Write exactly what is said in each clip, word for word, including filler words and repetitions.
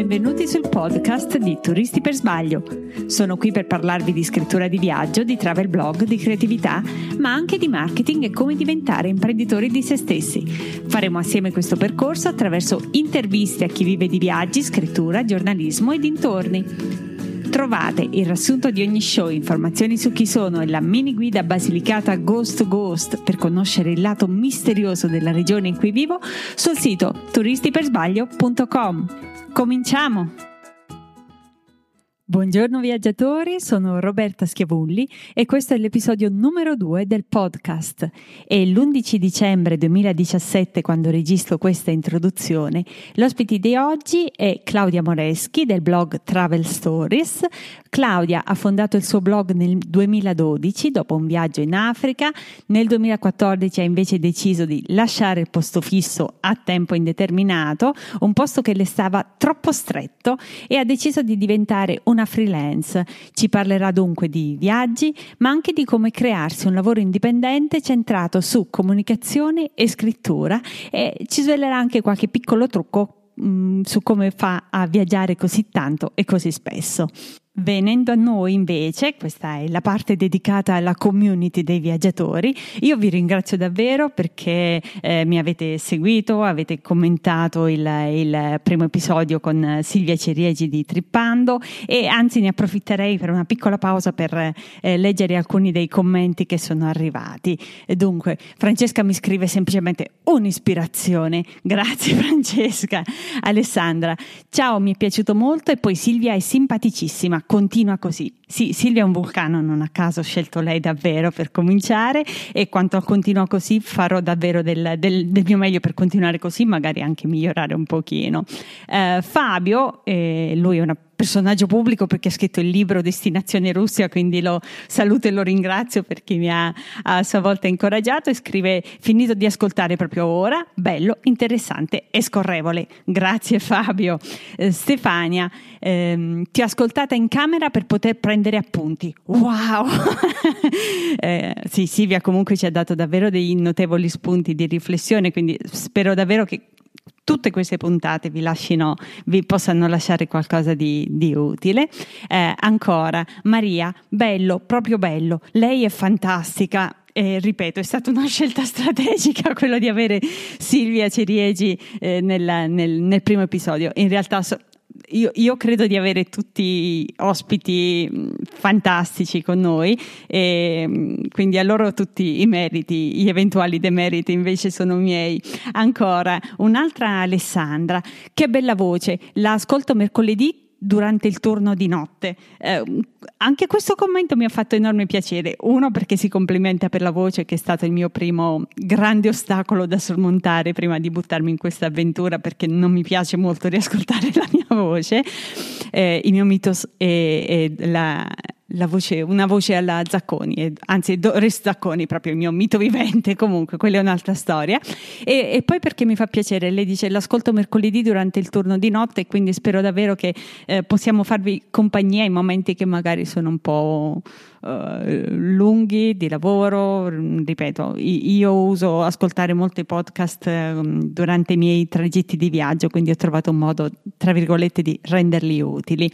Benvenuti sul podcast di Turisti per Sbaglio. Sono qui per parlarvi di scrittura di viaggio, di travel blog, di creatività, ma anche di marketing e come diventare imprenditori di se stessi. Faremo assieme questo percorso attraverso interviste a chi vive di viaggi, scrittura, giornalismo e dintorni. Trovate il riassunto di ogni show, informazioni su chi sono e la mini guida Basilicata Ghost to Ghost per conoscere il lato misterioso della regione in cui vivo sul sito turisti per sbaglio punto com. Cominciamo! Buongiorno viaggiatori, sono Roberta Schiavulli e questo è l'episodio numero due del podcast. È l'undici dicembre duemiladiciassette quando registro questa introduzione. L'ospite di oggi è Claudia Moreschi del blog Travel Stories. Claudia ha fondato il suo blog nel duemiladodici dopo un viaggio in Africa. Nel duemilaquattordici ha invece deciso di lasciare il posto fisso a tempo indeterminato, un posto che le stava troppo stretto, e ha deciso di diventare una freelance. Ci parlerà dunque di viaggi, ma anche di come crearsi un lavoro indipendente centrato su comunicazione e scrittura, e ci svelerà anche qualche piccolo trucco mh, su come fa a viaggiare così tanto e così spesso. Venendo a noi invece, questa è la parte dedicata alla community dei viaggiatori. Io vi ringrazio davvero perché eh, mi avete seguito, avete commentato il, il primo episodio con Silvia Ceriegi di Trippando, e anzi ne approfitterei per una piccola pausa per eh, leggere alcuni dei commenti che sono arrivati. E dunque, Francesca mi scrive semplicemente un'ispirazione. Grazie Francesca. Alessandra: ciao, mi è piaciuto molto, e poi Silvia è simpaticissima. Continua così. Sì, Silvia è un vulcano, non a caso ho scelto lei davvero per cominciare, e quanto a continua così farò davvero del, del, del mio meglio per continuare così, magari anche migliorare un pochino. Eh, Fabio, eh, lui è una personaggio pubblico perché ha scritto il libro Destinazione Russia, quindi lo saluto e lo ringrazio perché mi ha a sua volta incoraggiato, e scrive: finito di ascoltare proprio ora, bello, interessante e scorrevole. Grazie Fabio. eh, Stefania: ehm, ti ho ascoltata in camera per poter prendere appunti. Wow. eh, sì, Silvia comunque ci ha dato davvero dei notevoli spunti di riflessione, quindi spero davvero che tutte queste puntate vi lasciano, vi possano lasciare qualcosa di, di utile. Eh, ancora, Maria: bello, proprio bello, lei è fantastica. E ripeto, è stata una scelta strategica quello di avere Silvia Ceriegi eh, nel, nel, nel primo episodio. In realtà so, Io, io credo di avere tutti ospiti fantastici con noi, e quindi a loro tutti i meriti, gli eventuali demeriti invece sono miei. Ancora un'altra Alessandra: che bella voce, la ascolto mercoledì durante il turno di notte. Eh, anche questo commento mi ha fatto enorme piacere. Uno, perché si complimenta per la voce, che è stato il mio primo grande ostacolo da sormontare prima di buttarmi in questa avventura, perché non mi piace molto riascoltare la mia voce. Eh, il mio mito è, è la La voce, una voce alla Zacconi, anzi Doris Zacconi, proprio il mio mito vivente. Comunque quella è un'altra storia. E, e poi perché mi fa piacere, lei dice: l'ascolto mercoledì durante il turno di notte, e quindi spero davvero che eh, possiamo farvi compagnia in momenti che magari sono un po' eh, lunghi di lavoro. Ripeto, io uso ascoltare molti podcast eh, durante i miei tragitti di viaggio, quindi ho trovato un modo, tra virgolette, di renderli utili.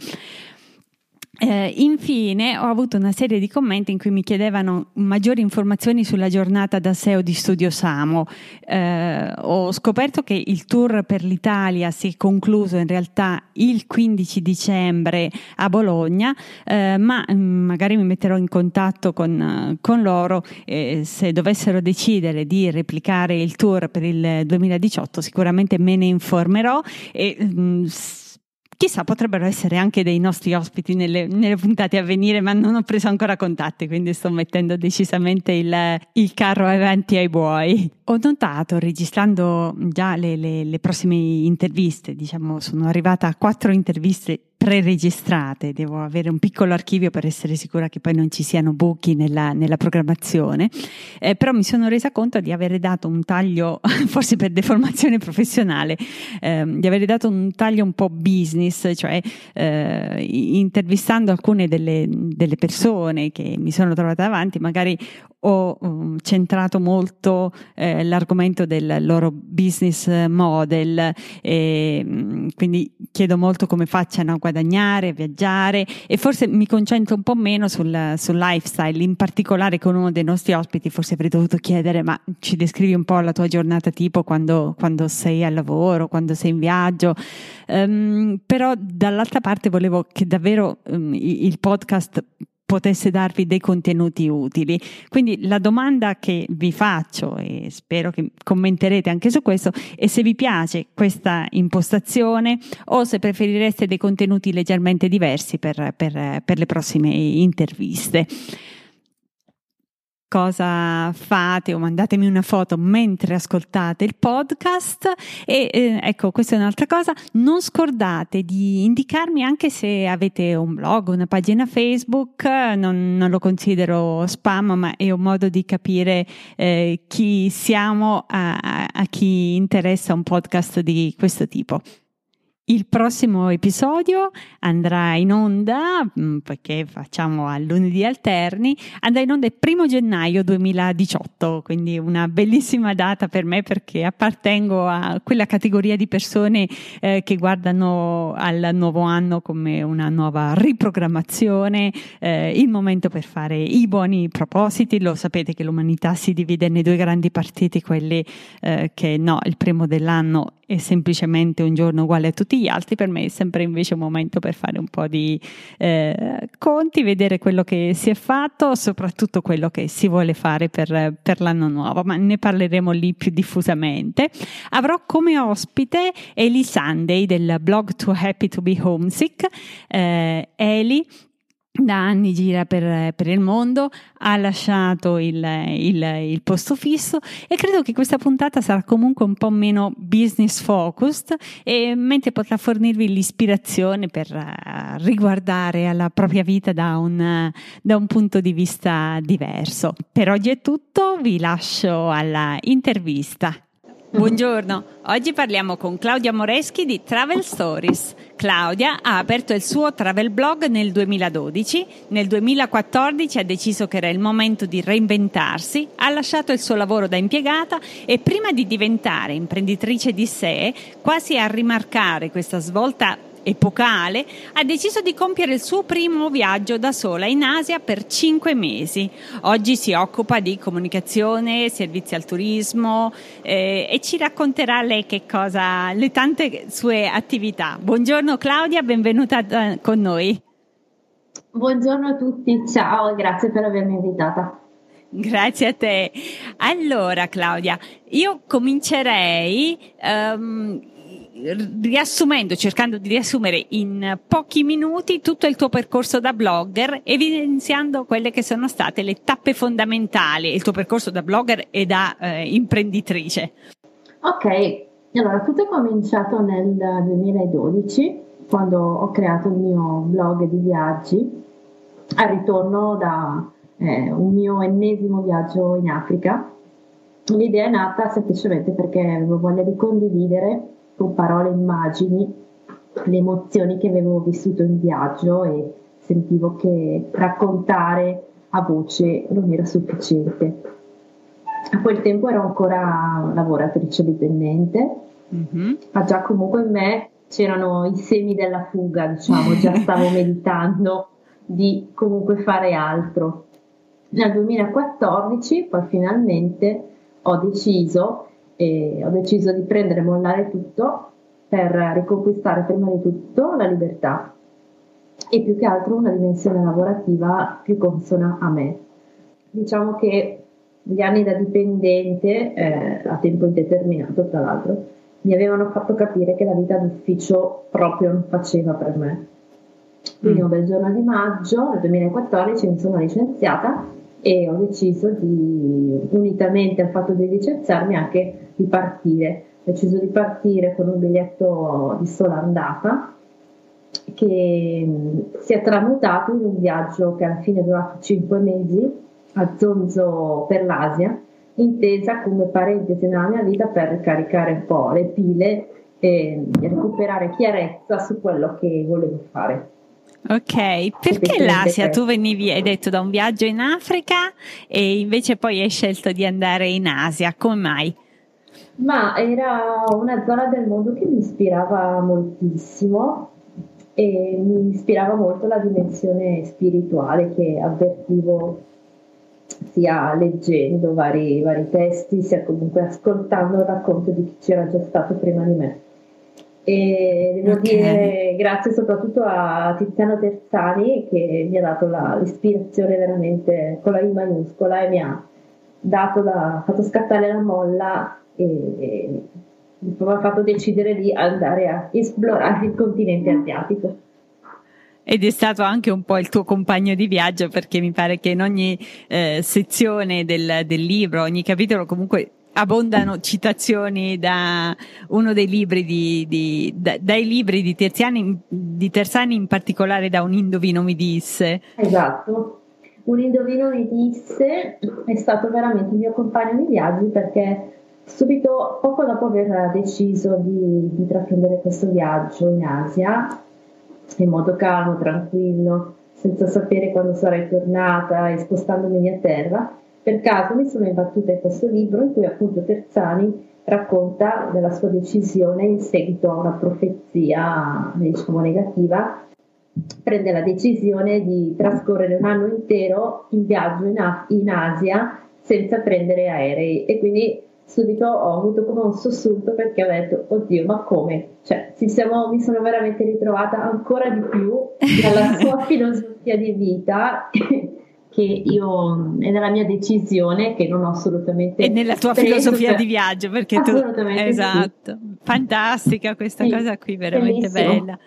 Eh, infine ho avuto una serie di commenti in cui mi chiedevano maggiori informazioni sulla giornata da S E O di Studio Samo. Eh, ho scoperto che il tour per l'Italia si è concluso in realtà il quindici dicembre a Bologna, eh, ma mh, magari mi metterò in contatto con, con loro, eh, se dovessero decidere di replicare il tour per il duemiladiciotto sicuramente me ne informerò, e mh, chissà, potrebbero essere anche dei nostri ospiti nelle, nelle puntate a venire, ma non ho preso ancora contatti, quindi sto mettendo decisamente il, il carro avanti ai buoi. Ho notato, registrando già le, le, le prossime interviste, diciamo, sono arrivata a quattro interviste pre-registrate, devo avere un piccolo archivio per essere sicura che poi non ci siano buchi nella, nella programmazione, eh, però mi sono resa conto di avere dato un taglio, forse per deformazione professionale, eh, di avere dato un taglio un po' business, cioè eh, intervistando alcune delle, delle persone che mi sono trovata davanti, magari ho um, centrato molto eh, l'argomento del loro business model, e quindi chiedo molto come facciano a guadagnare, a viaggiare, e forse mi concentro un po' meno sul, sul lifestyle. In particolare con uno dei nostri ospiti forse avrei dovuto chiedere: ma ci descrivi un po' la tua giornata tipo quando, quando sei al lavoro, quando sei in viaggio? Um, però dall'altra parte volevo che davvero um, il podcast potesse darvi dei contenuti utili. Quindi la domanda che vi faccio, e spero che commenterete anche su questo, è se vi piace questa impostazione o se preferireste dei contenuti leggermente diversi per, per, per le prossime interviste. Cosa fate, o mandatemi una foto mentre ascoltate il podcast. E eh, ecco, questa è un'altra cosa: non scordate di indicarmi anche se avete un blog, una pagina Facebook. Non, non lo considero spam, ma è un modo di capire eh, chi siamo a, a, a chi interessa un podcast di questo tipo. Il prossimo episodio andrà in onda, perché facciamo a lunedì alterni, andrà in onda il primo gennaio duemiladiciotto, quindi una bellissima data per me, perché appartengo a quella categoria di persone eh, che guardano al nuovo anno come una nuova riprogrammazione, eh, il momento per fare i buoni propositi. Lo sapete che l'umanità si divide nei due grandi partiti, quelli eh, che no, il primo dell'anno è semplicemente un giorno uguale a tutti gli altri. Per me è sempre invece un momento per fare un po' di eh, conti, vedere quello che si è fatto, soprattutto quello che si vuole fare per, per l'anno nuovo, ma ne parleremo lì più diffusamente. Avrò come ospite Eli Sunday del blog Too Happy to Be Homesick. eh, Eli da anni gira per, per il mondo, ha lasciato il, il, il posto fisso, e credo che questa puntata sarà comunque un po' meno business focused, e mentre potrà fornirvi l'ispirazione per uh, riguardare alla propria vita da un, da un punto di vista diverso. Per oggi è tutto, vi lascio alla intervista. Buongiorno, oggi parliamo con Claudia Moreschi di Travel Stories. Claudia ha aperto il suo travel blog nel duemiladodici, nel duemilaquattordici ha deciso che era il momento di reinventarsi, ha lasciato il suo lavoro da impiegata e prima di diventare imprenditrice di sé, quasi a rimarcare questa svolta epocale, ha deciso di compiere il suo primo viaggio da sola in Asia per cinque mesi. Oggi si occupa di comunicazione, servizi al turismo eh, e ci racconterà lei che cosa, le tante sue attività. Buongiorno Claudia, benvenuta da, con noi. Buongiorno a tutti, ciao e grazie per avermi invitata. Grazie a te. Allora Claudia, io comincerei um, riassumendo, cercando di riassumere in pochi minuti tutto il tuo percorso da blogger, evidenziando quelle che sono state le tappe fondamentali, il tuo percorso da blogger e da eh, imprenditrice. Ok, allora tutto è cominciato nel duemiladodici, quando ho creato il mio blog di viaggi al ritorno da eh, un mio ennesimo viaggio in Africa. L'idea è nata semplicemente perché avevo voglia di condividere con parole e immagini le emozioni che avevo vissuto in viaggio, e sentivo che raccontare a voce non era sufficiente. A quel tempo ero ancora lavoratrice dipendente, mm-hmm. ma già comunque in me c'erano i semi della fuga, diciamo, già stavo meditando di comunque fare altro. Nel duemilaquattordici poi finalmente ho deciso E ho deciso di prendere e mollare tutto per riconquistare prima di tutto la libertà e più che altro una dimensione lavorativa più consona a me. Diciamo che gli anni da dipendente, eh, a tempo indeterminato tra l'altro, mi avevano fatto capire che la vita d'ufficio proprio non faceva per me. Quindi mm. un bel giorno di maggio del duemilaquattordici mi sono licenziata e ho deciso di, unitamente al fatto di licenziarmi, anche di partire. Ho deciso di partire con un biglietto di sola andata che si è tramutato in un viaggio che alla fine è durato cinque mesi a zonzo per l'Asia, intesa come parentesi nella mia vita per ricaricare un po' le pile e recuperare chiarezza su quello che volevo fare. Ok, perché l'Asia? Tu venivi, hai detto, da un viaggio in Africa e invece poi hai scelto di andare in Asia, come mai? Ma era una zona del mondo che mi ispirava moltissimo e mi ispirava molto la dimensione spirituale che avvertivo sia leggendo vari, vari testi, sia comunque ascoltando il racconto di chi c'era già stato prima di me. E devo Okay. dire grazie soprattutto a Tiziano Terzani che mi ha dato la, l'ispirazione veramente con la I maiuscola e mi ha dato la, fatto scattare la molla e, e mi ha fatto decidere di andare a esplorare il continente asiatico. Ed è stato anche un po' il tuo compagno di viaggio, perché mi pare che in ogni eh, sezione del, del libro, ogni capitolo comunque abbondano citazioni da uno dei libri di, di da, dai libri di Terziani, di Terzani, in particolare da Un indovino mi disse. Esatto, un indovino mi disse, è stato veramente il mio compagno di viaggi perché subito, poco dopo aver deciso di, di intraprendere questo viaggio in Asia, in modo calmo, tranquillo, senza sapere quando sarei tornata e spostandomi a terra, per caso mi sono imbattuta in questo libro in cui appunto Terzani racconta della sua decisione in seguito a una profezia, diciamo, negativa, prende la decisione di trascorrere un anno intero in viaggio in, A- in Asia senza prendere aerei e quindi subito ho avuto come un sussulto perché ho detto oddio ma come? Cioè ci siamo, mi sono veramente ritrovata ancora di più nella sua filosofia di vita che io è nella mia decisione che non ho assolutamente E nella tua preso filosofia per... di viaggio, perché tu, assolutamente esatto, fantastica questa sì. cosa qui, veramente Bellissimo. bella.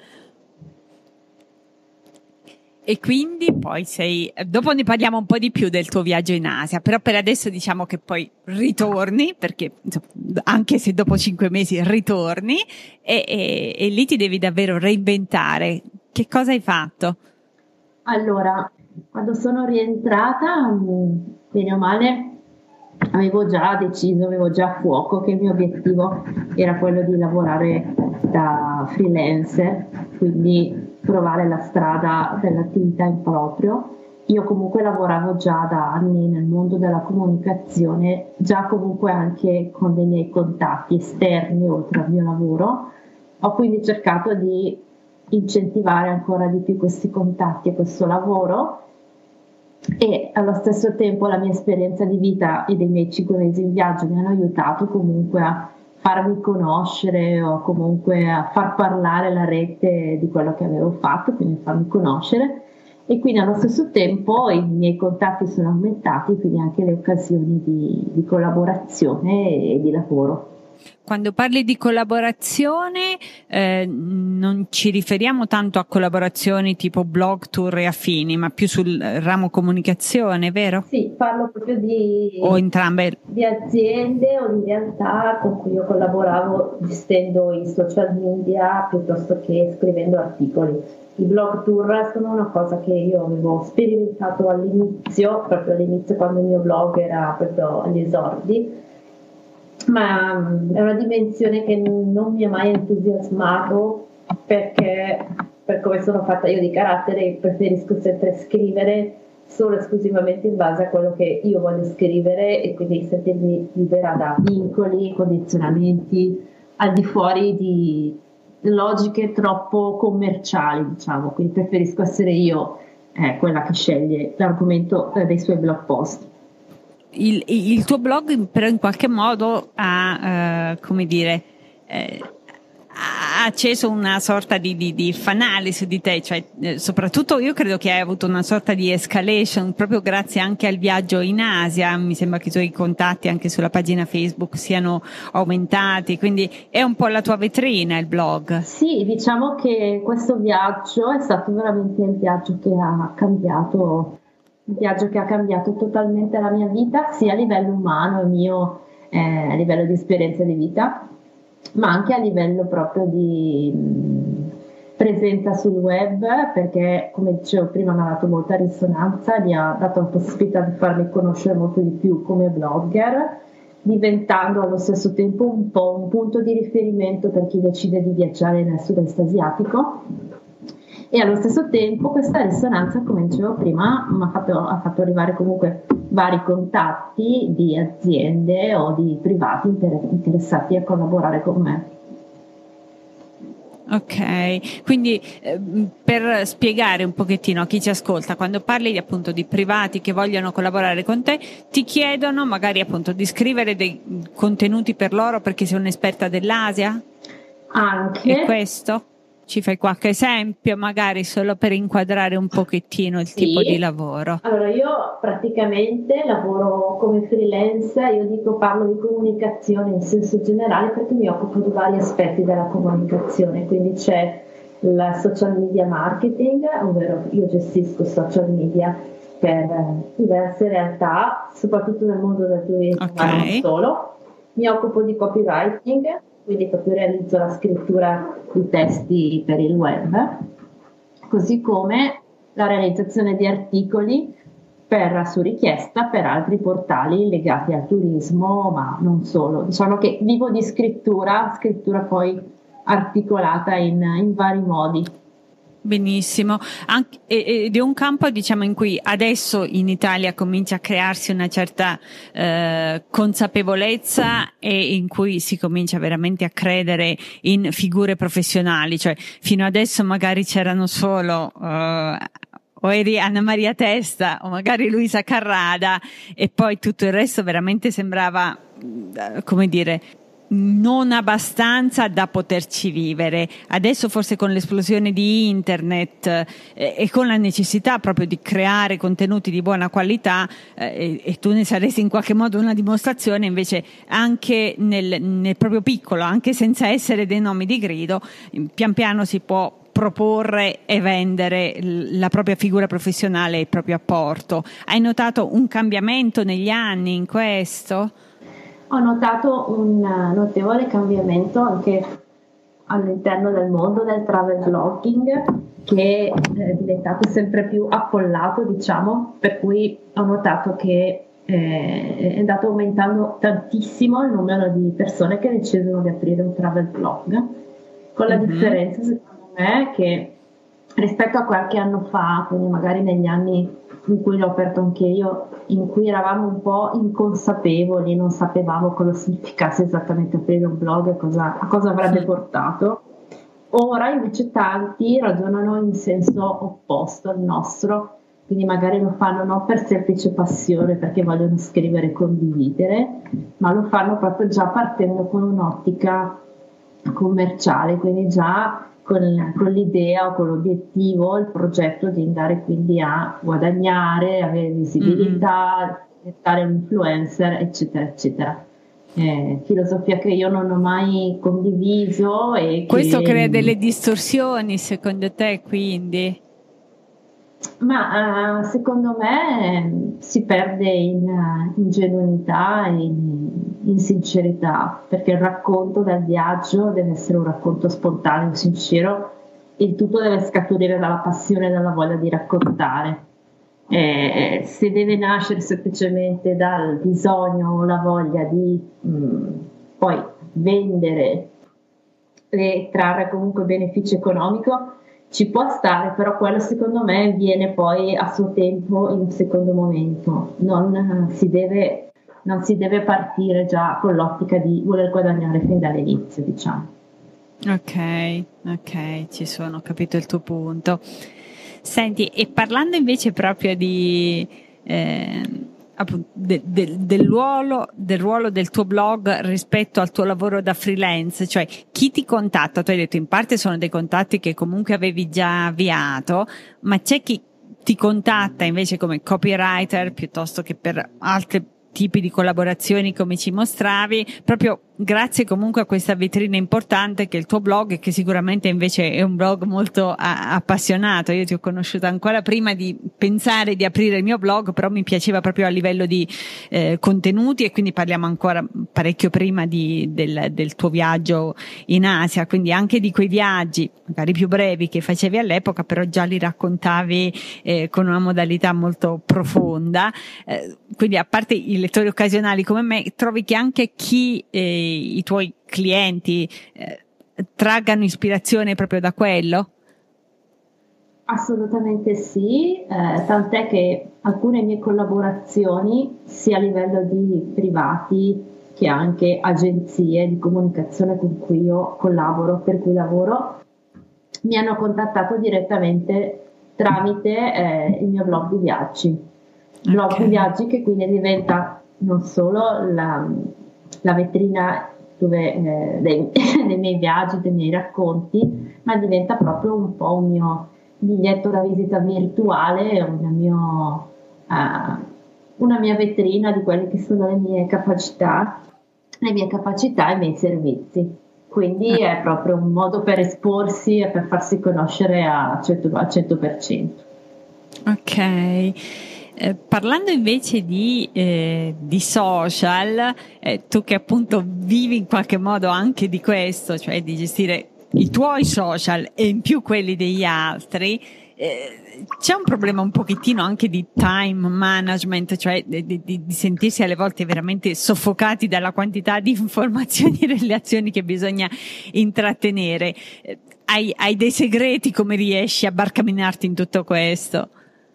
E quindi poi sei, dopo ne parliamo un po' di più del tuo viaggio in Asia, però per adesso diciamo che poi ritorni, perché insomma, anche se dopo cinque mesi ritorni e, e, e lì ti devi davvero reinventare. Che cosa hai fatto? Allora, quando sono rientrata, mh, bene o male, avevo già deciso, avevo già a fuoco che il mio obiettivo era quello di lavorare da freelancer, quindi provare la strada dell'attività in proprio. Io comunque lavoravo già da anni nel mondo della comunicazione, già comunque anche con dei miei contatti esterni oltre al mio lavoro. Ho quindi cercato di incentivare ancora di più questi contatti e questo lavoro e allo stesso tempo la mia esperienza di vita e dei miei cinque mesi in viaggio mi hanno aiutato comunque a farmi conoscere o comunque a far parlare la rete di quello che avevo fatto, quindi farmi conoscere e quindi allo stesso tempo i miei contatti sono aumentati, quindi anche le occasioni di, di collaborazione e di lavoro. Quando parli di collaborazione, eh, non ci riferiamo tanto a collaborazioni tipo blog, tour e affini, ma più sul ramo comunicazione, vero? Sì, parlo proprio di, O entrambe? di aziende o di realtà con cui io collaboravo gestendo i social media piuttosto che scrivendo articoli. I blog tour sono una cosa che io avevo sperimentato all'inizio, proprio all'inizio quando il mio blog era proprio agli esordi, ma mm, è una dimensione che non mi ha mai entusiasmato perché per come sono fatta io di carattere preferisco sempre scrivere solo esclusivamente in base a quello che io voglio scrivere e quindi sentirmi libera da vincoli, condizionamenti al di fuori di logiche troppo commerciali, diciamo, quindi preferisco essere io eh, quella che sceglie l'argomento eh, dei suoi blog post. Il, il tuo blog però in qualche modo ha, eh, come dire, eh, ha acceso una sorta di, di, di fanale su di te, cioè eh, soprattutto io credo che hai avuto una sorta di escalation proprio grazie anche al viaggio in Asia, mi sembra che i tuoi contatti anche sulla pagina Facebook siano aumentati, quindi è un po' la tua vetrina il blog. Sì, diciamo che questo viaggio è stato veramente il viaggio che ha cambiato, il viaggio che ha cambiato totalmente la mia vita, sia a livello umano e mio, eh, a livello di esperienza di vita, ma anche a livello proprio di mh, presenza sul web, perché come dicevo prima mi ha dato molta risonanza, mi ha dato la possibilità di farmi conoscere molto di più come blogger, diventando allo stesso tempo un po' un punto di riferimento per chi decide di viaggiare nel sud-est asiatico E allo stesso tempo questa risonanza, come dicevo prima, mi ha fatto, ha fatto arrivare comunque vari contatti di aziende o di privati inter- interessati a collaborare con me. Ok, quindi eh, per spiegare un pochettino a chi ci ascolta, quando parli appunto di privati che vogliono collaborare con te, ti chiedono magari appunto di scrivere dei contenuti per loro perché sei un'esperta dell'Asia? Anche. E questo? Ci fai qualche esempio, magari solo per inquadrare un pochettino il Sì. tipo di lavoro? Allora, io praticamente lavoro come freelance, io dico parlo di comunicazione in senso generale perché mi occupo di vari aspetti della comunicazione, quindi c'è il social media marketing, ovvero io gestisco social media per diverse realtà, soprattutto nel mondo del turismo, okay. ma non solo. Mi occupo di copywriting, quindi proprio realizzo la scrittura di testi per il web, così come la realizzazione di articoli per, su richiesta per altri portali legati al turismo, ma non solo. Diciamo che vivo di scrittura, scrittura poi articolata in, in vari modi. Benissimo, Anche, ed è un campo diciamo in cui adesso in Italia comincia a crearsi una certa eh, consapevolezza e in cui si comincia veramente a credere in figure professionali, cioè fino adesso magari c'erano solo eh, o eri Anna Maria Testa o magari Luisa Carrada e poi tutto il resto veramente sembrava, come dire, non abbastanza da poterci vivere. Adesso forse con l'esplosione di internet eh, e con la necessità proprio di creare contenuti di buona qualità eh, e tu ne saresti in qualche modo una dimostrazione, invece anche nel, nel proprio piccolo, anche senza essere dei nomi di grido, pian piano si può proporre e vendere la propria figura professionale e il proprio apporto. Hai notato un cambiamento negli anni in questo? Ho notato un notevole cambiamento anche all'interno del mondo del travel blogging, che è diventato sempre più affollato, diciamo, per cui ho notato che è andato aumentando tantissimo il numero di persone che decidono di aprire un travel blog, con la mm-hmm. differenza secondo me che rispetto a qualche anno fa, quindi magari negli anni in cui l'ho aperto anche io, in cui eravamo un po' inconsapevoli, non sapevamo cosa significasse esattamente aprire un blog e cosa, a cosa avrebbe sì. portato. Ora invece tanti ragionano in senso opposto al nostro, quindi magari lo fanno non per semplice passione perché vogliono scrivere e condividere, ma lo fanno proprio già partendo con un'ottica commerciale, quindi già Con, con l'idea o con l'obiettivo, il progetto di andare quindi a guadagnare, avere visibilità, diventare un influencer, eccetera, eccetera. Eh, filosofia che io non ho mai condiviso. E Questo che... crea delle distorsioni, secondo te, quindi? Ma uh, secondo me si perde in uh, ingenuità e in, in sincerità, perché il racconto del viaggio deve essere un racconto spontaneo, sincero, il tutto deve scaturire dalla passione e dalla voglia di raccontare. Eh, se deve nascere semplicemente dal bisogno o la voglia di mh, poi vendere e trarre comunque beneficio economico, ci può stare, però quello secondo me viene poi a suo tempo in un secondo momento, non si deve, non si deve partire già con l'ottica di voler guadagnare fin dall'inizio, diciamo. Ok, ok, ci sono, ho capito il tuo punto. Senti, e parlando invece proprio di eh, appunto, de, de, del, ruolo, del ruolo del tuo blog rispetto al tuo lavoro da freelance, cioè chi ti contatta? Tu hai detto in parte sono dei contatti che comunque avevi già avviato, ma c'è chi ti contatta invece come copywriter piuttosto che per altri tipi di collaborazioni come ci mostravi, proprio grazie comunque a questa vetrina importante che è il tuo blog, che sicuramente invece è un blog molto a- appassionato. Io ti ho conosciuta ancora prima di pensare di aprire il mio blog, però mi piaceva proprio a livello di eh, contenuti, e quindi parliamo ancora parecchio prima di, del, del tuo viaggio in Asia, quindi anche di quei viaggi magari più brevi che facevi all'epoca, però già li raccontavi eh, con una modalità molto profonda. Eh, quindi a parte i lettori occasionali come me, trovi che anche chi eh, i tuoi clienti eh, traggano ispirazione proprio da quello? Assolutamente sì, eh, tant'è che alcune mie collaborazioni, sia a livello di privati che anche agenzie di comunicazione con cui io collaboro, per cui lavoro, mi hanno contattato direttamente tramite eh, il mio blog di viaggi. Blog Okay. di viaggi che quindi diventa non solo la, la vetrina dove, eh, dei, dei miei viaggi, dei miei racconti, ma diventa proprio un po' un mio biglietto da visita virtuale, una, mio, uh, una mia vetrina di quelle che sono le mie capacità, le mie capacità e i miei servizi. Quindi è proprio un modo per esporsi e per farsi conoscere a cento per cento. Ok. Eh, parlando invece di, eh, di social, eh, tu che appunto vivi in qualche modo anche di questo, cioè di gestire i tuoi social e in più quelli degli altri, eh, c'è un problema un pochettino anche di time management, cioè di, di, di sentirsi alle volte veramente soffocati dalla quantità di informazioni e relazioni che bisogna intrattenere. Eh, hai, hai dei segreti? Come riesci a barcamenarti in tutto questo?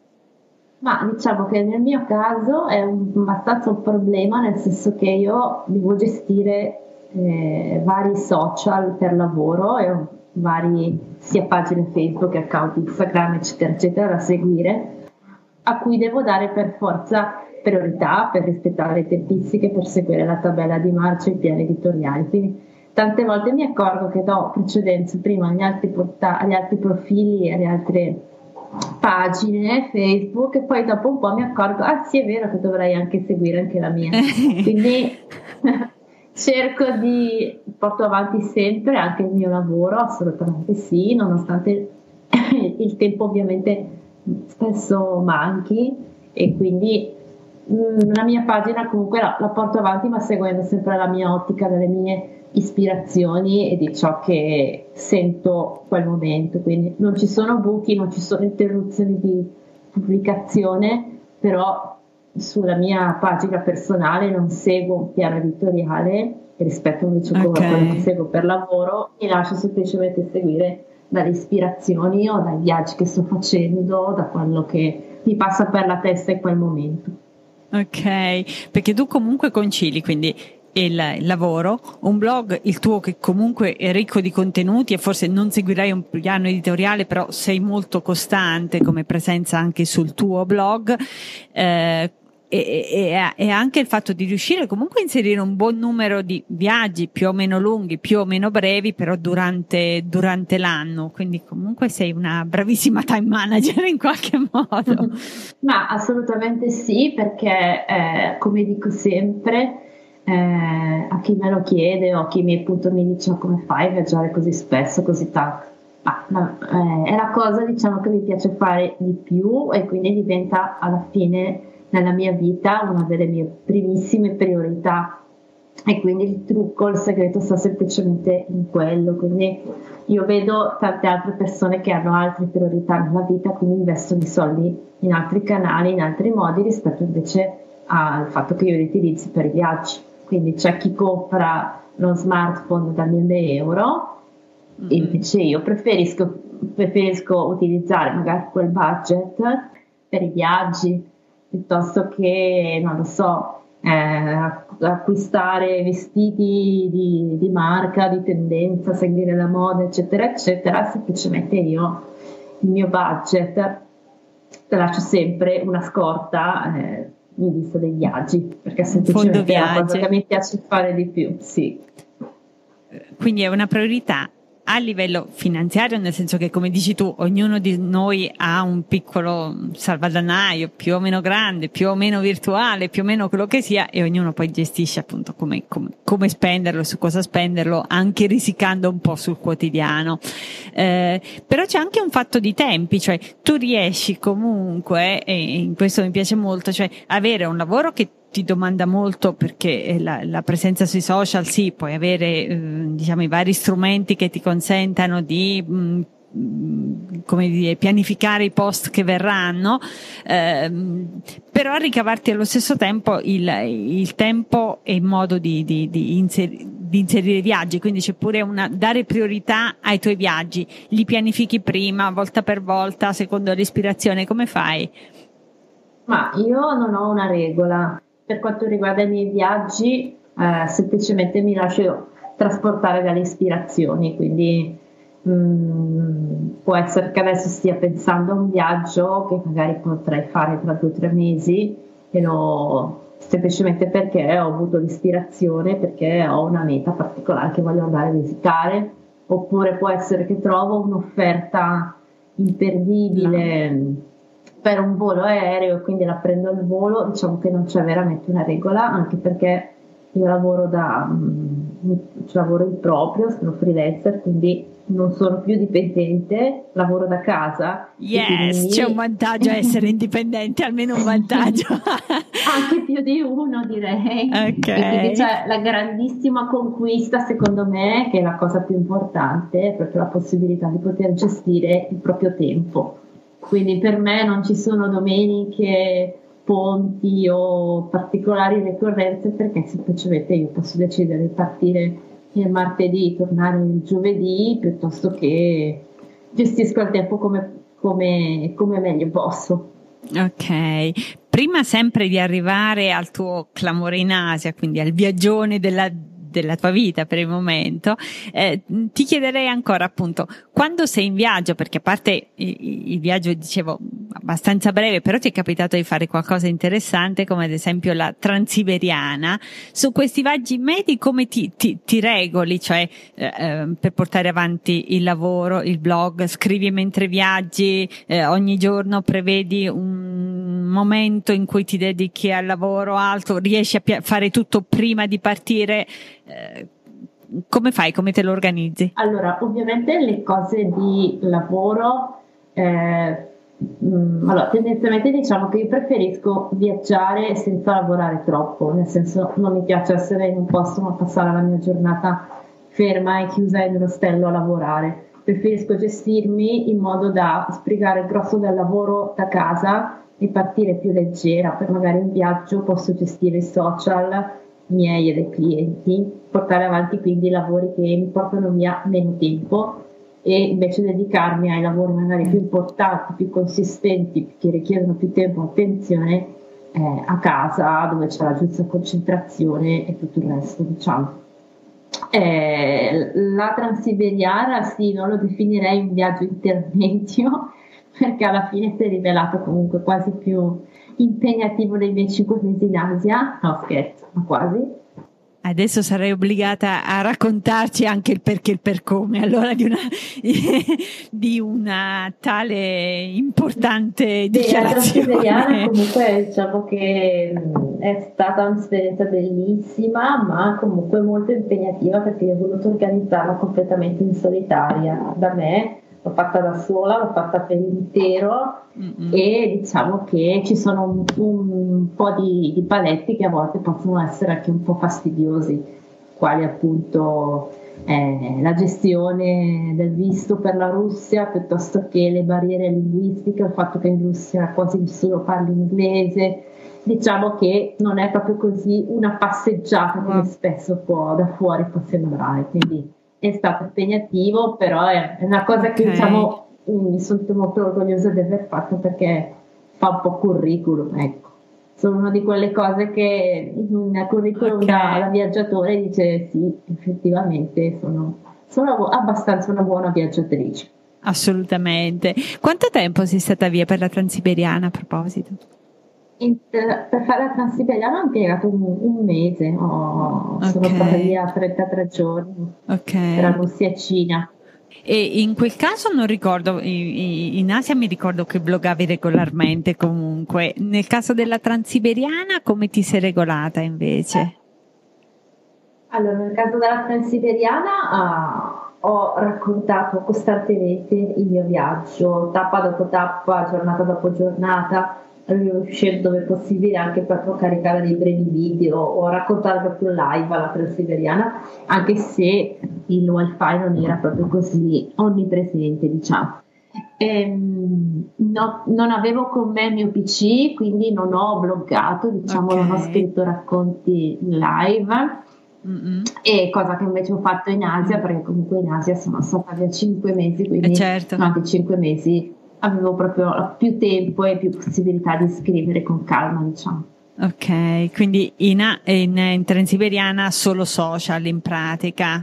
Ma diciamo che nel mio caso è un, abbastanza un problema, nel senso che io devo gestire eh, vari social per lavoro e vari sia pagine Facebook che account Instagram eccetera eccetera da seguire, a cui devo dare per forza priorità per rispettare le tempistiche, per seguire la tabella di marcia e i piani editoriali. Quindi tante volte mi accorgo che do precedenza prima agli altri, porta- agli altri profili e alle altre pagine Facebook e poi dopo un po' mi accorgo, ah sì è vero che dovrei anche seguire anche la mia. Quindi cerco di, porto avanti sempre anche il mio lavoro, assolutamente sì, nonostante il tempo ovviamente spesso manchi, e quindi mh, la mia pagina comunque la, la porto avanti, ma seguendo sempre la mia ottica delle mie ispirazioni e di ciò che sento quel momento. Quindi non ci sono buchi, non ci sono interruzioni di pubblicazione, però sulla mia pagina personale non seguo un piano editoriale rispetto invece a okay. quello che seguo per lavoro, mi lascio semplicemente seguire dalle ispirazioni o dai viaggi che sto facendo, da quello che mi passa per la testa in quel momento. Ok, perché tu comunque concili quindi il, il lavoro, un blog, il tuo che comunque è ricco di contenuti e forse non seguirai un piano editoriale, però sei molto costante come presenza anche sul tuo blog, eh, E, e, e anche il fatto di riuscire comunque a inserire un buon numero di viaggi più o meno lunghi, più o meno brevi, però durante, durante l'anno, quindi comunque sei una bravissima time manager in qualche modo. Ma assolutamente sì, perché eh, come dico sempre eh, a chi me lo chiede o a chi mi, appunto, mi dice come fai a viaggiare così spesso, così tanto, ma, ma eh, è la cosa diciamo che mi piace fare di più e quindi diventa alla fine nella mia vita una delle mie primissime priorità, e quindi il trucco, il segreto sta semplicemente in quello. Quindi io vedo tante altre persone che hanno altre priorità nella vita, quindi investono i soldi in altri canali, in altri modi, rispetto invece al fatto che io li utilizzi per i viaggi. Quindi c'è chi compra lo smartphone da mille euro, mm-hmm. e invece io preferisco, preferisco utilizzare magari quel budget per i viaggi, piuttosto che, non lo so, eh, acquistare vestiti di, di marca, di tendenza, seguire la moda, eccetera, eccetera. Semplicemente io il mio budget te lascio sempre una scorta eh, in vista dei viaggi, perché semplicemente è la cosa che mi piace fare di più, sì. Quindi è una priorità a livello finanziario, nel senso che, come dici tu, ognuno di noi ha un piccolo salvadanaio più o meno grande, più o meno virtuale, più o meno quello che sia, e ognuno poi gestisce appunto come, come, come spenderlo, su cosa spenderlo, anche risicando un po' sul quotidiano. Eh, però c'è anche un fatto di tempi, cioè tu riesci comunque, e in questo mi piace molto, cioè avere un lavoro che ti domanda molto, perché la, la presenza sui social, sì, puoi avere eh, diciamo i vari strumenti che ti consentano di mh, come dire, pianificare i post che verranno, ehm, però ricavarti allo stesso tempo il, il tempo e il modo di, di, di, inser- di inserire viaggi, quindi c'è pure una dare priorità ai tuoi viaggi. Li pianifichi prima, volta per volta, secondo l'ispirazione, come fai? Ma io non ho una regola. Per quanto riguarda i miei viaggi, eh, semplicemente mi lascio trasportare dalle ispirazioni, quindi mm, può essere che adesso stia pensando a un viaggio che magari potrei fare tra due o tre mesi, e lo, semplicemente perché ho avuto l'ispirazione, perché ho una meta particolare che voglio andare a visitare, oppure può essere che trovo un'offerta imperdibile. No, per un volo aereo, quindi la prendo al volo. Diciamo che non c'è veramente una regola, anche perché io lavoro da um, lavoro in proprio, sono freelancer, quindi non sono più dipendente, lavoro da casa. Yes, quindi... c'è un vantaggio a essere indipendente, almeno un vantaggio. Anche più di uno, direi. Ok. E quindi c'è la grandissima conquista, secondo me, che è la cosa più importante, è proprio la possibilità di poter gestire il proprio tempo. Quindi per me non ci sono domeniche, ponti o particolari ricorrenze, perché semplicemente io posso decidere di partire il martedì, tornare il giovedì, piuttosto che gestisco il tempo come, come, come meglio posso. Ok, prima sempre di arrivare al tuo clamore in Asia, quindi al viaggione della della tua vita per il momento, eh, ti chiederei ancora, appunto, quando sei in viaggio, perché a parte il, il viaggio, dicevo, abbastanza breve, però ti è capitato di fare qualcosa di interessante, come ad esempio la Transiberiana. Su questi viaggi medi come ti, ti, ti regoli, cioè eh, per portare avanti il lavoro, il blog, scrivi mentre viaggi, eh, ogni giorno prevedi un momento in cui ti dedichi al lavoro altro, riesci a pi- fare tutto prima di partire? Eh, come fai? Come te lo organizzi? Allora, ovviamente le cose di lavoro, eh, mh, allora, tendenzialmente diciamo che io preferisco viaggiare senza lavorare troppo, nel senso non mi piace essere in un posto ma passare la mia giornata ferma e chiusa in un ostello a lavorare. Preferisco gestirmi in modo da sbrigare il grosso del lavoro da casa e partire più leggera. Per magari un viaggio posso gestire i social miei e dei clienti, portare avanti quindi i lavori che mi portano via meno tempo, e invece dedicarmi ai lavori magari più importanti, più consistenti, che richiedono più tempo e attenzione, eh, a casa, dove c'è la giusta concentrazione e tutto il resto, diciamo. Eh, la Transiberiana sì, non lo definirei un viaggio intermedio, perché alla fine si è rivelato comunque quasi più impegnativo dei miei cinque mesi in Asia. No, scherzo, ma quasi. Adesso sarei obbligata a raccontarci anche il perché e il per come, allora, di una, di una tale importante dichiarazione. La Transiberiana comunque diciamo che è stata un'esperienza bellissima, ma comunque molto impegnativa, perché io ho voluto organizzarla completamente in solitaria da me. L'ho fatta da sola, l'ho fatta per intero. Mm-hmm. E diciamo che ci sono un, un po' di, di paletti che a volte possono essere anche un po' fastidiosi, quali appunto eh, la gestione del visto per la Russia, piuttosto che le barriere linguistiche, il fatto che in Russia quasi nessuno parli inglese. Diciamo che non è proprio così una passeggiata come spesso può da fuori può sembrare, quindi è stato impegnativo, però è una cosa che, okay, diciamo, mi sento molto orgogliosa di aver fatto, perché fa un po' curriculum, ecco. Sono una di quelle cose che in un curriculum, okay, da, da viaggiatore dice sì, effettivamente sono, sono abbastanza una buona viaggiatrice. Assolutamente. Quanto tempo sei stata via per la Transiberiana, a proposito? In, per fare la Transiberiana ho impiegato un, un mese, oh, okay, sono stata via trentatré giorni, okay, tra Russia e Cina. E in quel caso non ricordo, in Asia mi ricordo che bloggavi regolarmente comunque. Nel caso della Transiberiana come ti sei regolata invece? Allora, nel caso della Transiberiana uh, ho raccontato costantemente il mio viaggio, tappa dopo tappa, giornata dopo giornata, riuscendo dove possibile anche proprio a caricare dei brevi video o raccontare proprio live alla Transiberiana, anche se il wifi non era proprio così onnipresente, diciamo. Ehm, no, non avevo con me il mio P C, quindi non ho bloggato, diciamo, okay, non ho scritto racconti live, Mm-hmm. E cosa che invece ho fatto in Asia, perché comunque in Asia sono stata via cinque mesi, quindi eh certo. durante cinque mesi avevo proprio più tempo e più possibilità di scrivere con calma, diciamo. Ok, quindi in, in, in Transiberiana solo social in pratica.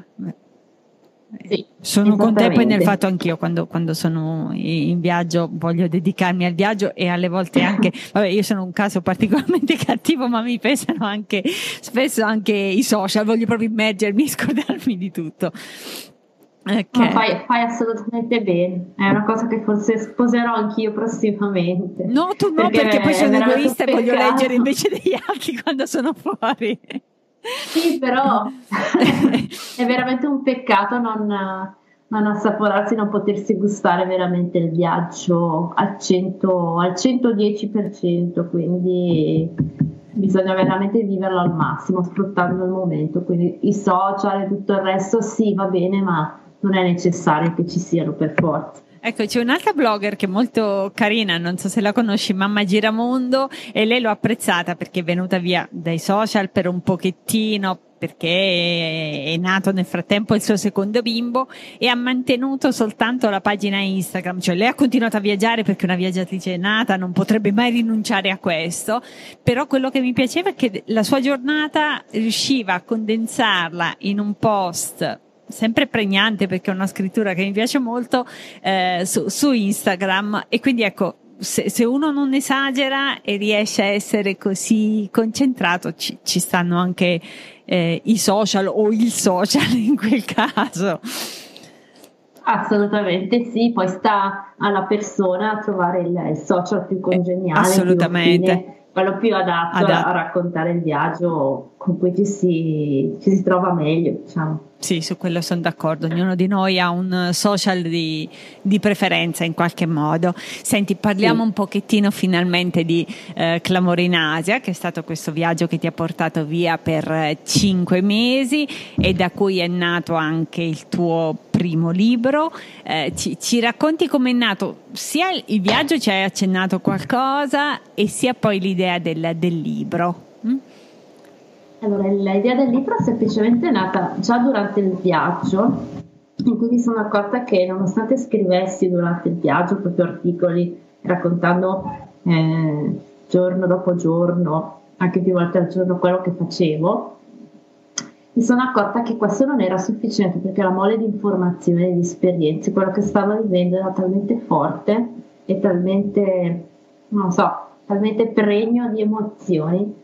Sì, sono con te, poi nel fatto anch'io quando, quando sono in viaggio voglio dedicarmi al viaggio, e alle volte anche, vabbè, io sono un caso particolarmente cattivo, ma mi pesano anche spesso anche i social, voglio proprio immergermi, scordarmi di tutto. Okay. Ma fai, fai assolutamente bene, è una cosa che forse sposerò anch'io prossimamente. No, tu no, perché, perché poi sono egoista e voglio leggere invece degli altri quando sono fuori. Sì, però è veramente un peccato non, non assaporarsi, non potersi gustare veramente il viaggio al, cento, al centodieci per cento, quindi bisogna veramente viverlo al massimo, sfruttando il momento. Quindi i social e tutto il resto sì, va bene, ma non è necessario che ci siano per forza. Ecco, c'è un'altra blogger che è molto carina, non so se la conosci, Mamma Giramondo, e lei l'ho apprezzata perché è venuta via dai social per un pochettino, perché è nato nel frattempo il suo secondo bimbo, e ha mantenuto soltanto la pagina Instagram, cioè lei ha continuato a viaggiare perché una viaggiatrice è nata, non potrebbe mai rinunciare a questo, però quello che mi piaceva è che la sua giornata riusciva a condensarla in un post sempre pregnante, perché è una scrittura che mi piace molto, eh, su, su Instagram, e quindi ecco, se, se uno non esagera e riesce a essere così concentrato, ci, ci stanno anche eh, i social, o il social in quel caso. Assolutamente sì, poi sta alla persona a trovare il, il social più congeniale, assolutamente, più affine, quello più adatto Adat- a raccontare il viaggio con cui ci si, ci si trova meglio, diciamo. Sì, su quello sono d'accordo. Ognuno di noi ha un social di, di preferenza in qualche modo. Senti, parliamo sì. un pochettino finalmente di eh, Clamore in Asia, che è stato questo viaggio che ti ha portato via per eh, cinque mesi e da cui è nato anche il tuo primo libro. Eh, ci, ci racconti com'è nato sia il viaggio, ci hai accennato qualcosa, e sia poi l'idea del, del libro? Mm? Allora, l'idea del libro è semplicemente nata già durante il viaggio, in cui mi sono accorta che nonostante scrivessi durante il viaggio proprio articoli raccontando eh, giorno dopo giorno, anche più volte al giorno, quello che facevo, mi sono accorta che questo non era sufficiente, perché la mole di informazioni e di esperienze, quello che stavo vivendo era talmente forte e talmente, non so, talmente pregno di emozioni,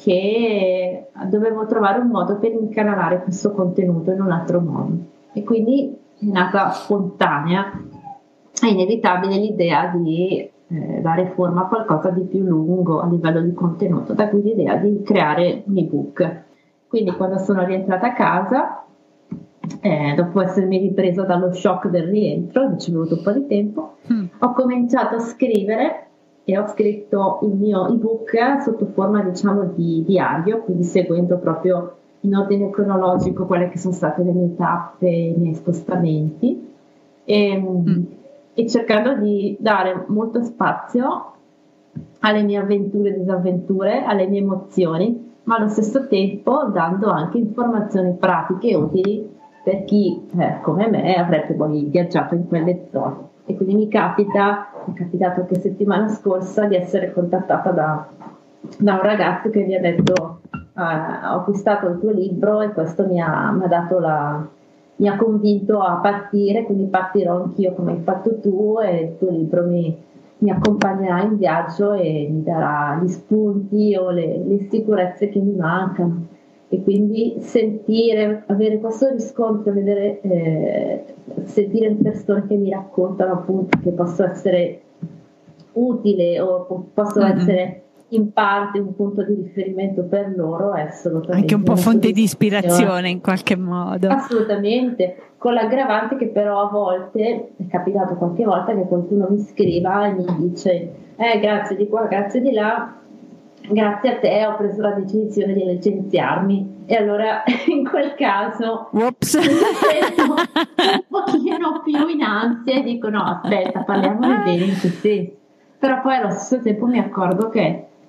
che dovevo trovare un modo per incanalare questo contenuto in un altro modo, e quindi è nata spontanea e inevitabile l'idea di eh, dare forma a qualcosa di più lungo a livello di contenuto, da cui l'idea di creare un ebook. Quindi quando sono rientrata a casa, eh, dopo essermi ripresa dallo shock del rientro, mi ci è voluto un po' di tempo, mm. ho cominciato a scrivere e ho scritto il mio ebook sotto forma, diciamo, di diario, quindi seguendo proprio in ordine cronologico quelle che sono state le mie tappe, i miei spostamenti, e, mm. e cercando di dare molto spazio alle mie avventure e disavventure, alle mie emozioni, ma allo stesso tempo dando anche informazioni pratiche e utili per chi, eh, come me, avrebbe poi viaggiato in quelle zone. E quindi mi capita, mi è capitato anche settimana scorsa di essere contattata da, da un ragazzo che mi ha detto eh, ho acquistato il tuo libro e questo mi ha, mi ha dato la, mi ha convinto a partire, quindi partirò anch'io come hai fatto tu, e il tuo libro mi, mi accompagnerà in viaggio e mi darà gli spunti o le, le sicurezze che mi mancano. E quindi sentire, avere questo riscontro, vedere, eh, sentire persone che mi raccontano appunto che posso essere utile o posso mm-hmm. essere in parte un punto di riferimento per loro, è assolutamente anche un po' fonte di ispirazione in qualche modo. Assolutamente, con l'aggravante che però a volte è capitato qualche volta che qualcuno mi scriva e mi dice eh grazie di qua, grazie di là, grazie a te ho preso la decisione di licenziarmi, e allora in quel caso Ups. mi sento un pochino più in ansia e dico no aspetta, parliamone bene in che senso, però poi allo stesso tempo mi accorgo che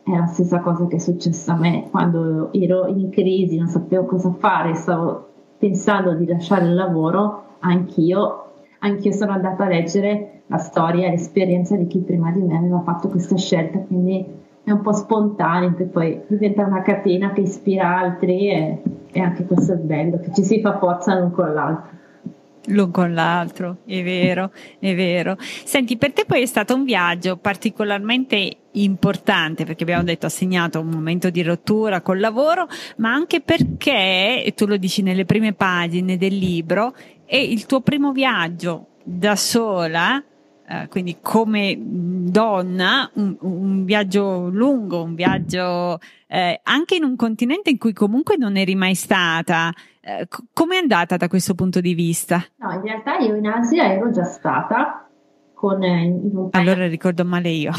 è la stessa cosa che è successa a me quando ero in crisi, non sapevo cosa fare, stavo pensando di lasciare il lavoro, anch'io, anch'io sono andata a leggere la storia e l'esperienza di chi prima di me aveva fatto questa scelta, quindi è un po' spontaneo, che poi diventa una catena che ispira altri e, e anche questo è bello, che ci si fa forza l'un con l'altro. L'un con l'altro, è vero, è vero. Senti, per te poi è stato un viaggio particolarmente importante, perché abbiamo detto ha segnato un momento di rottura col lavoro, ma anche perché, e tu lo dici nelle prime pagine del libro, è il tuo primo viaggio da sola, eh, quindi come donna, un, un viaggio lungo, un viaggio eh, anche in un continente in cui comunque non eri mai stata. Eh, c- come è andata da questo punto di vista? No, in realtà io in Asia ero già stata con eh, in un paio. Allora ricordo male io.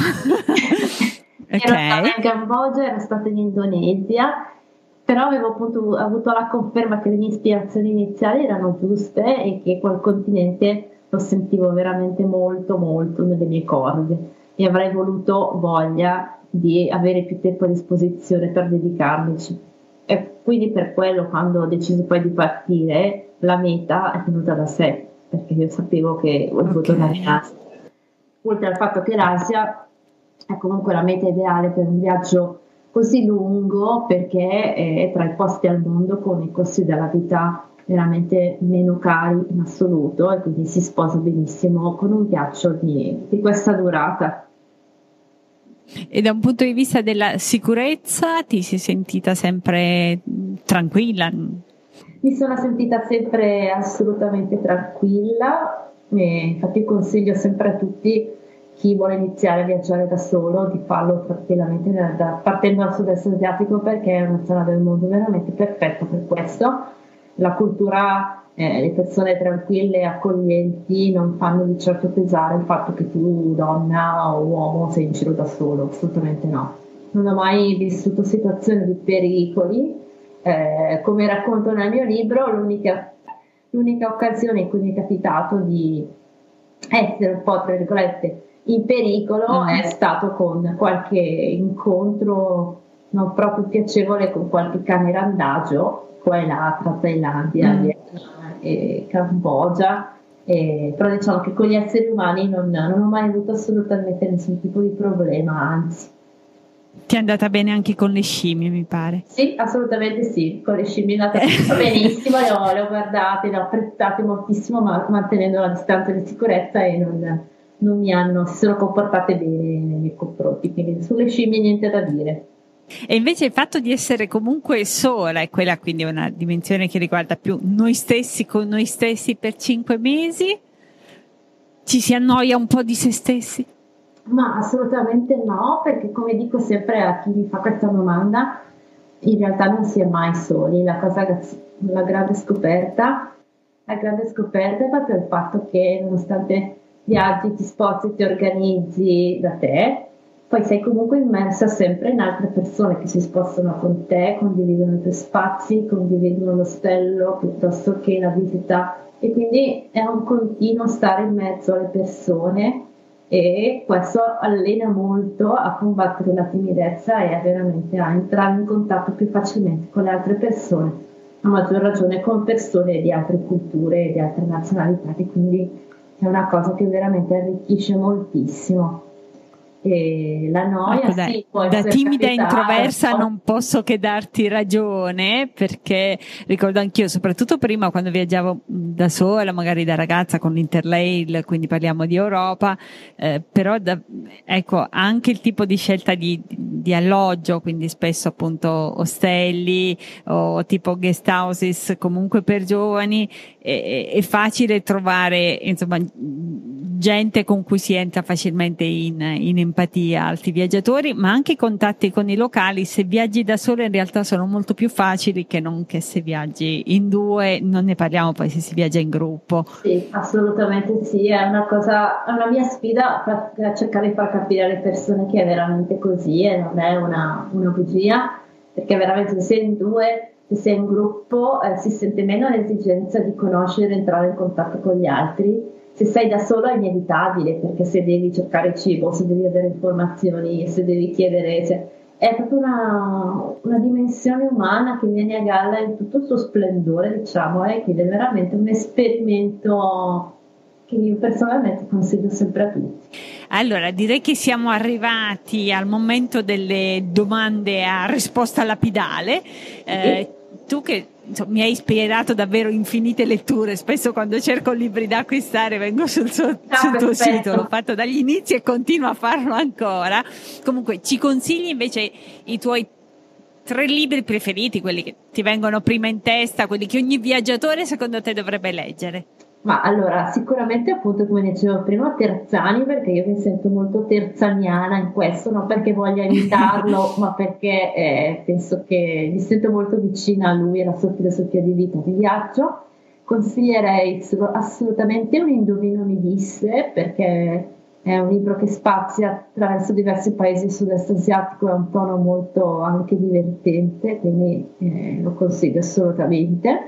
Ero stata Ok. in Cambogia, ero stata in Indonesia, però avevo appunto avuto la conferma che le mie ispirazioni iniziali erano giuste e che quel continente lo sentivo veramente molto molto nelle mie corde e avrei voluto voglia di avere più tempo a disposizione per dedicarmici. E quindi per quello quando ho deciso poi di partire la meta è venuta da sé, perché io sapevo che volevo Ok. tornare in Asia. Oltre al fatto che l'Asia è comunque la meta ideale per un viaggio così lungo, perché è tra i posti al mondo con i costi della vita veramente meno cari in assoluto e quindi si sposa benissimo con un viaggio di, di questa durata. E da un punto di vista della sicurezza ti sei sentita sempre mh, tranquilla? Mi sono sentita sempre assolutamente tranquilla, e infatti consiglio sempre a tutti chi vuole iniziare a viaggiare da solo di farlo tranquillamente da, da, partendo dal sud-est asiatico, perché è una zona del mondo veramente perfetta per questo. La cultura, eh, le persone tranquille e accoglienti non fanno di certo pesare il fatto che tu donna o uomo sei in giro da solo, assolutamente no. Non ho mai vissuto situazioni di pericoli. Eh, come racconto nel mio libro, l'unica, l'unica occasione in cui mi è capitato di essere un po' tra virgolette in pericolo Mm. è stato con qualche incontro non proprio piacevole con qualche cane randagio qua e là tra Thailandia, Mm. Vietnam e Cambogia. Eh, però diciamo che con gli esseri umani non, non ho mai avuto assolutamente nessun tipo di problema, anzi. Ti è andata bene anche con le scimmie, mi pare. Sì, assolutamente sì, con le scimmie è andata benissimo, le ho, le ho guardate, le ho apprezzate moltissimo, ma mantenendo la distanza di sicurezza e non, non mi hanno, si sono comportate bene nei miei confronti, quindi sulle scimmie niente da dire. E invece il fatto di essere comunque sola, e quella quindi è una dimensione che riguarda più noi stessi con noi stessi per cinque mesi, ci si annoia un po' di se stessi? Ma assolutamente no, perché come dico sempre a chi mi fa questa domanda, in realtà non si è mai soli. La cosa, la grande scoperta, la grande scoperta è proprio il fatto che nonostante viaggi, ti sposti, ti organizzi da te, poi sei comunque immersa sempre in altre persone che si spostano con te, condividono i tuoi spazi, condividono l'ostello piuttosto che la visita, e quindi è un continuo stare in mezzo alle persone. E questo allena molto a combattere la timidezza e a veramente a entrare in contatto più facilmente con le altre persone, a maggior ragione con persone di altre culture e di altre nazionalità, che quindi è una cosa che veramente arricchisce moltissimo. E la noia Ecco, dai, sì, può da essere timida e capitata, introversa no? non posso che darti ragione, perché ricordo anch'io, soprattutto prima quando viaggiavo da sola, magari da ragazza con l'Interrail, quindi parliamo di Europa, eh, però da, ecco, anche il tipo di scelta di, di alloggio, quindi spesso appunto ostelli o tipo guest houses comunque per giovani, è, è facile trovare insomma gente con cui si entra facilmente in, in empatia, altri viaggiatori, ma anche i contatti con i locali. Se viaggi da solo in realtà sono molto più facili che non che se viaggi in due, non ne parliamo poi se si viaggia in gruppo. Sì, assolutamente sì, è una cosa, è una mia sfida per cercare di far capire alle persone che è veramente così e non è una, una bugia, perché veramente se sei in due, se sei in gruppo, eh, si sente meno l'esigenza di conoscere e entrare in contatto con gli altri. Se sei da solo è inevitabile, perché se devi cercare cibo, se devi avere informazioni, se devi chiedere, se è proprio una, una dimensione umana che viene a galla in tutto il suo splendore, diciamo, e quindi è veramente un esperimento che io personalmente consiglio sempre a tutti. Allora, direi che siamo arrivati al momento delle domande a risposta lapidale. Eh, tu che insomma, mi hai ispirato davvero infinite letture, spesso quando cerco libri da acquistare vengo sul, suo, Ah, sul tuo perfetto. sito, l'ho fatto dagli inizi e continuo a farlo ancora. Comunque, ci consigli invece i tuoi tre libri preferiti, quelli che ti vengono prima in testa, quelli che ogni viaggiatore secondo te dovrebbe leggere? Ma allora, sicuramente appunto come dicevo prima Terzani, perché io mi sento molto terzaniana in questo, non perché voglia imitarlo, ma perché eh, penso che mi sento molto vicina a lui e alla sua filosofia di vita, di viaggio. Consiglierei assolutamente Un indovino mi disse, perché è un libro che spazia attraverso diversi paesi del sud-est asiatico, è un tono molto anche divertente, quindi eh, lo consiglio assolutamente.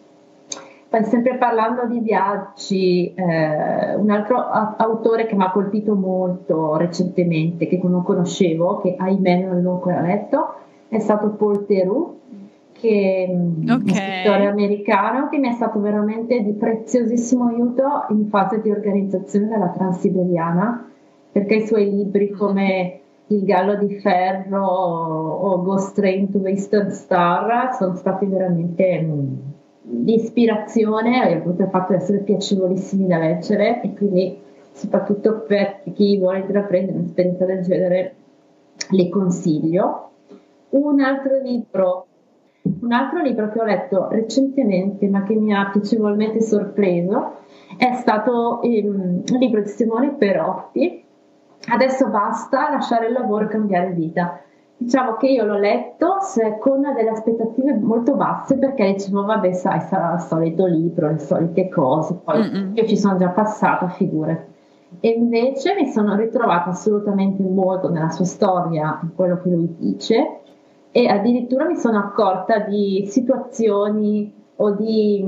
Poi sempre parlando di viaggi, eh, un altro a- autore che mi ha colpito molto recentemente, che non conoscevo, che ahimè non l'ho ancora letto, è stato Paul Theroux, che è Ok. uno scrittore americano che mi è stato veramente di preziosissimo aiuto in fase di organizzazione della Transiberiana, perché i suoi libri come Il gallo di ferro o Go Straight to Eastern Star sono stati veramente mh, di ispirazione e proprio il fatto di essere piacevolissimi da leggere, e quindi soprattutto per chi vuole intraprendere un'esperienza del genere li consiglio. Un altro libro Un altro libro che ho letto recentemente, ma che mi ha piacevolmente sorpreso, è stato il, il libro di Simone Perotti, Adesso basta, lasciare il lavoro e cambiare vita. Diciamo che io l'ho letto con delle aspettative molto basse, perché dicevo, vabbè, sai, sarà il solito libro, le solite cose, poi Mm-mm. io ci sono già passata, figure. E invece mi sono ritrovata assolutamente molto nella sua storia, in quello che lui dice, e addirittura mi sono accorta di situazioni o di,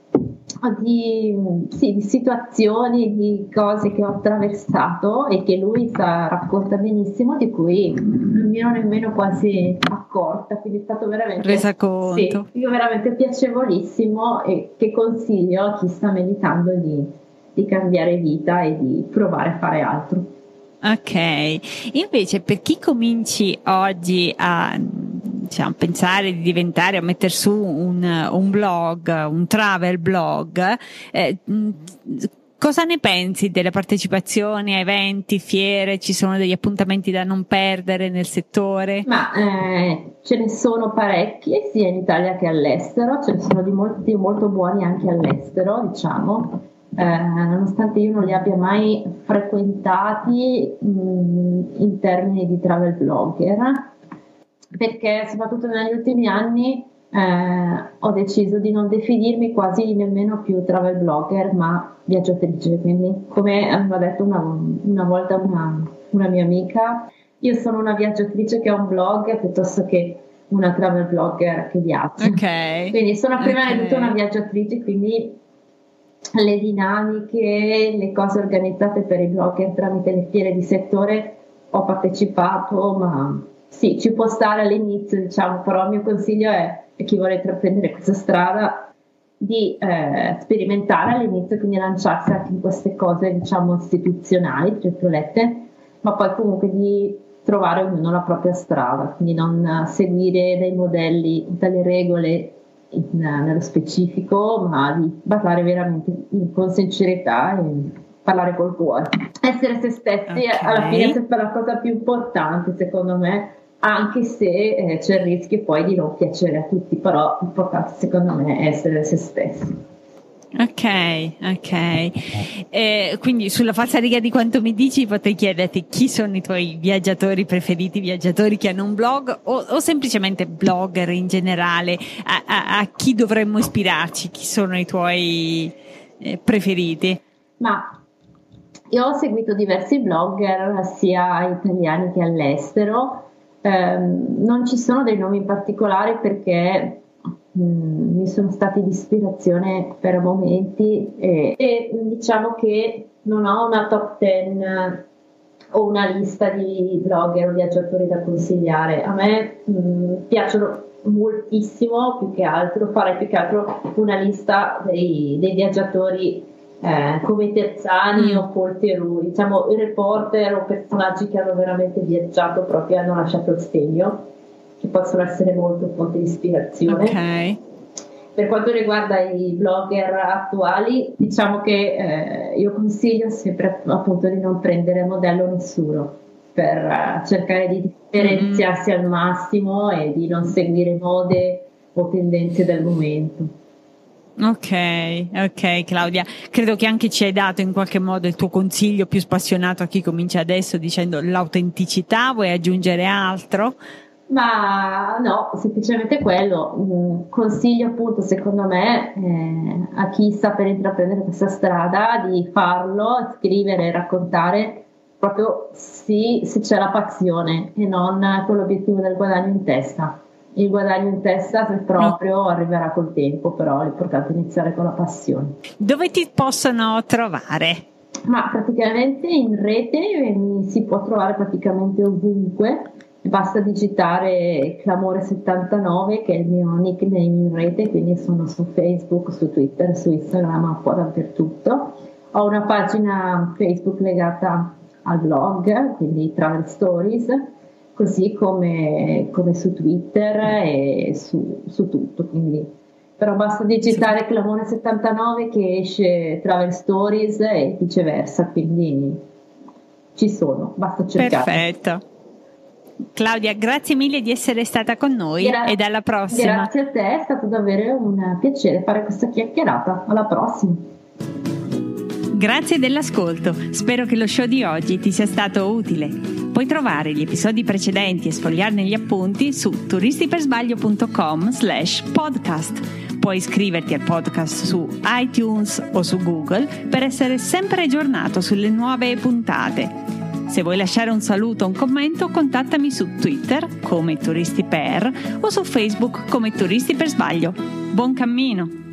o di, sì, di situazioni, di cose che ho attraversato e che lui sa, racconta benissimo, di cui non mi ero nemmeno quasi accorta, quindi è stato veramente Resa conto. sì, io veramente piacevolissimo, e che consiglio a chi sta meditando di, di cambiare vita e di provare a fare altro. Ok, invece per chi cominci oggi a diciamo, pensare di diventare, a mettere su un, un blog, un travel blog, eh, cosa ne pensi delle partecipazioni a eventi, fiere? Ci sono degli appuntamenti da non perdere nel settore? Ma eh, ce ne sono parecchi sia in Italia che all'estero, ce ne sono di molti molto buoni anche all'estero, diciamo. Eh, nonostante io non li abbia mai frequentati mh, in termini di travel blogger, perché soprattutto negli ultimi anni eh, ho deciso di non definirmi quasi nemmeno più travel blogger, ma viaggiatrice. Quindi, come aveva detto una, una volta una, una mia amica, io sono una viaggiatrice che ha un blog piuttosto che una travel blogger che viaggia. Ok. Quindi sono prima di Ok. tutto una viaggiatrice, quindi le dinamiche, le cose organizzate per i blogger tramite le fiere di settore ho partecipato, ma sì, ci può stare all'inizio, diciamo, però il mio consiglio è a chi vuole intraprendere questa strada di eh, sperimentare all'inizio, quindi lanciarsi anche in queste cose, diciamo, istituzionali, tra virgolette, ma poi comunque di trovare ognuno la propria strada, quindi non seguire dei modelli, dalle regole in, nello specifico, ma di parlare veramente con sincerità e parlare col cuore. Essere se stessi Okay. alla fine è sempre la cosa più importante, secondo me, anche se eh, c'è il rischio poi di non piacere a tutti, però l'importante secondo me è essere se stessi. Ok, ok. Eh, quindi sulla falsariga di quanto mi dici potrei chiederti chi sono i tuoi viaggiatori preferiti, viaggiatori che hanno un blog o, o semplicemente blogger in generale, a, a, a chi dovremmo ispirarci, chi sono i tuoi eh, preferiti? Ma io ho seguito diversi blogger sia italiani che all'estero, ehm, non ci sono dei nomi in particolare perché mh, mi sono stati di ispirazione per momenti e, e diciamo che non ho una top ten ho una lista di blogger o viaggiatori da consigliare. A me mh, piacciono moltissimo, più che altro farei più che altro una lista dei, dei viaggiatori eh, come Terzani mm. o Paul Theroux, diciamo i reporter o personaggi che hanno veramente viaggiato proprio e hanno lasciato il segno, che possono essere molto fonte di ispirazione. Ok. Per quanto riguarda i blogger attuali, diciamo che eh, io consiglio sempre appunto di non prendere modello nessuno, per uh, cercare di differenziarsi mm-hmm. al massimo e di non seguire mode o tendenze del momento. Ok, ok Claudia, credo che anche ci hai dato in qualche modo il tuo consiglio più spassionato a chi comincia adesso, dicendo l'autenticità. Vuoi aggiungere altro? Ma no, semplicemente quello. Consiglio appunto, secondo me, eh, a chi sta per intraprendere questa strada di farlo, scrivere e raccontare proprio sì, se c'è la passione e non con l'obiettivo del guadagno in testa. Il guadagno in testa se proprio arriverà col tempo, però l'importante è iniziare con la passione. Dove ti possono trovare? Ma praticamente in rete mi si può trovare praticamente ovunque. Basta digitare Clamore settantanove, che è il mio nickname in rete, quindi sono su Facebook, su Twitter, su Instagram, un po' dappertutto. Ho una pagina Facebook legata al blog, quindi Travel Stories, così come, come su Twitter e su, su tutto. Quindi, però basta digitare Clamore settantanove che esce Travel Stories e viceversa, quindi ci sono, basta cercare. Perfetto. Claudia, grazie mille di essere stata con noi. Gra- e alla prossima. Grazie a te, è stato davvero un piacere fare questa chiacchierata. Alla prossima. Grazie dell'ascolto, spero che lo show di oggi ti sia stato utile. Puoi trovare gli episodi precedenti e sfogliarne gli appunti su turistipersbaglio punto com slash podcast. Puoi iscriverti al podcast su iTunes o su Google per essere sempre aggiornato sulle nuove puntate. Se vuoi lasciare un saluto o un commento, contattami su Twitter come TuristiPer o su Facebook come Turisti per Sbaglio. Buon cammino!